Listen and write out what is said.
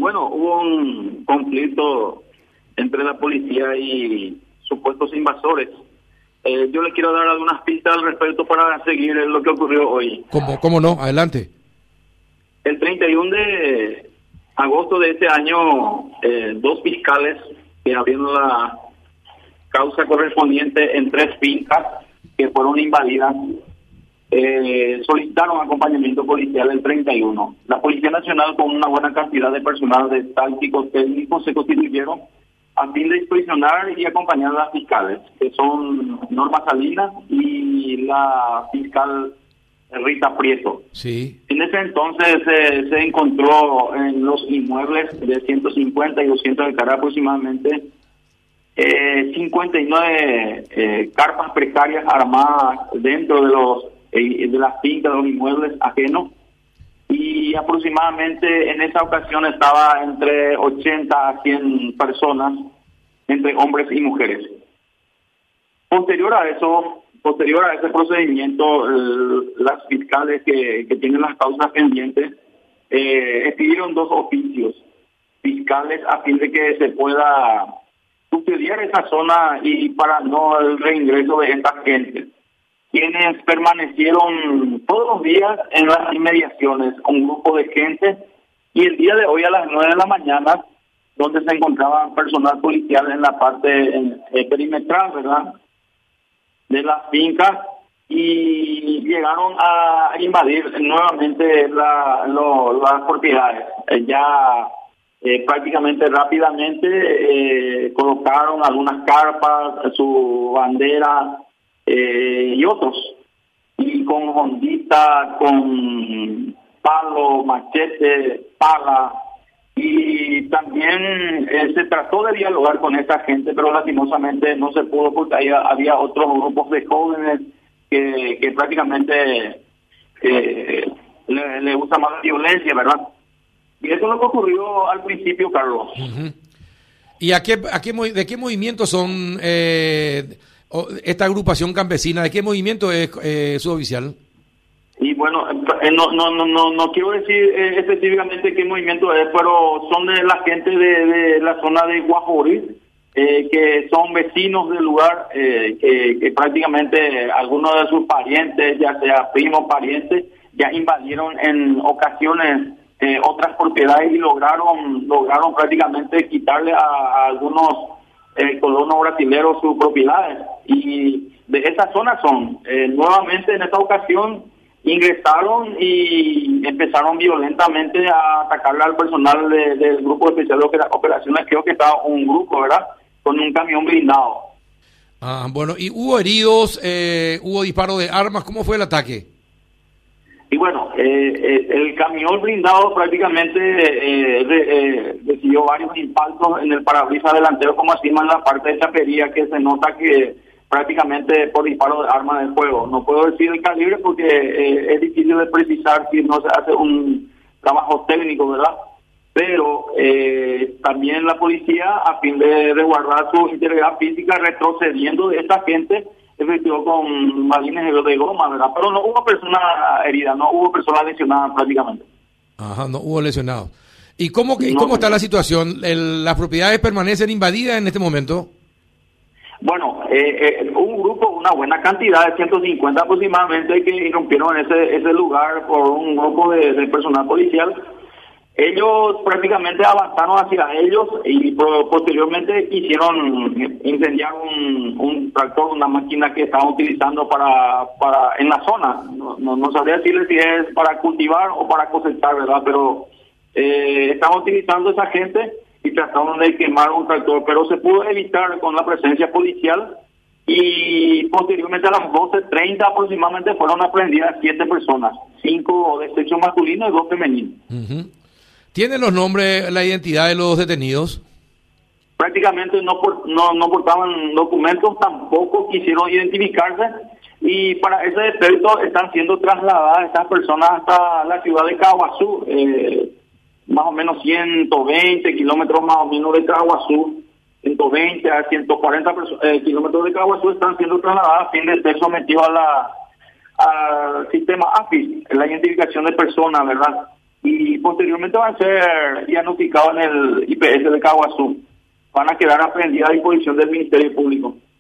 bueno, hubo un conflicto entre la policía y supuestos invasores. Yo le quiero dar algunas pistas al respecto para seguir lo que ocurrió hoy. ¿Cómo no? Adelante. El 31 de agosto de este año, dos fiscales que abriendo la causa correspondiente en 3 fincas que fueron invadidas, solicitaron acompañamiento policial el 31. La Policía Nacional, con una buena cantidad de personal de tácticos técnicos, se constituyeron a fin de inspeccionar y acompañar a las fiscales, que son Norma Salinas y la fiscal Rita Prieto. Sí. En ese entonces se encontró en los inmuebles de 150 y 200 hectáreas aproximadamente 59 carpas precarias armadas dentro de las fincas, de los inmuebles ajenos, y aproximadamente en esa ocasión estaba entre 80 a 100 personas, entre hombres y mujeres. Posterior a ese procedimiento, las fiscales que tienen las causas pendientes expidieron 2 oficios fiscales a fin de que se pueda custodiar esa zona y para no el reingreso de esta gente, quienes permanecieron todos los días en las inmediaciones, un grupo de gente, y el día de hoy a las 9 de la mañana, donde se encontraba personal policial en la parte perimetral, ¿verdad?, de las fincas, y llegaron a invadir nuevamente las propiedades. Prácticamente rápidamente colocaron algunas carpas, su bandera y otros, y con hondita, con palo, machete, pala, y también se trató de dialogar con esta gente, pero lastimosamente no se pudo porque había otros grupos de jóvenes que prácticamente le gusta más la violencia, ¿verdad? Y eso es lo que ocurrió al principio, Carlos. Uh-huh. ¿Y de qué movimiento son esta agrupación campesina? ¿De qué movimiento es suboficial? Y bueno, no quiero decir específicamente qué movimiento es, pero son de la gente de la zona de Guajorí, que son vecinos del lugar, que prácticamente algunos de sus parientes, ya sea primos, parientes, ya invadieron en ocasiones otras propiedades y lograron prácticamente quitarle a algunos colonos brasileños sus propiedades. Y de esa zona son, nuevamente en esta ocasión, ingresaron y empezaron violentamente a atacarle al personal del Grupo Especial de Operaciones. Creo que estaba un grupo, ¿verdad?, con un camión blindado. Bueno, ¿y hubo heridos, hubo disparo de armas? ¿Cómo fue el ataque? Y bueno, el camión blindado prácticamente recibió varios impactos en el parabrisas delantero, como así en la parte de chapería, que se nota que prácticamente por disparo de arma de fuego. No puedo decir el calibre porque es difícil de precisar si no se hace un trabajo técnico, ¿verdad? Pero también la policía, a fin de resguardar su integridad física, retrocediendo de esta gente, efectuó con balines de goma, ¿verdad? Pero no hubo persona herida, no hubo persona lesionada prácticamente. Ajá, no hubo lesionados. ¿Y cómo está la situación? ¿Las propiedades permanecen invadidas en este momento? Bueno, un grupo, una buena cantidad de 150 aproximadamente, que irrumpieron en ese lugar por un grupo de personal policial. Ellos prácticamente avanzaron hacia ellos y posteriormente quisieron incendiar un tractor, una máquina que estaban utilizando para en la zona. No sabría decirles si es para cultivar o para cosechar, ¿verdad? Pero estaban utilizando esa gente y trataron de quemar un tractor, pero se pudo evitar con la presencia policial, y posteriormente a las 12:30 aproximadamente fueron aprendidas 7 personas, 5 de sexo masculino y 2 femenino. Uh-huh. ¿Tienen los nombres, la identidad de los detenidos? Prácticamente no portaban documentos, tampoco quisieron identificarse, y para ese efecto están siendo trasladadas estas personas hasta la ciudad de Caguazú, más o menos 120 kilómetros más o menos de Caguazú, 120 a 140 kilómetros de Caguazú, están siendo trasladadas a fin de ser sometidos al sistema AFIS, la identificación de personas, ¿verdad? y posteriormente van a ser diagnosticados en el IPS de Caguazú. Van a quedar aprendidas a disposición del Ministerio Público.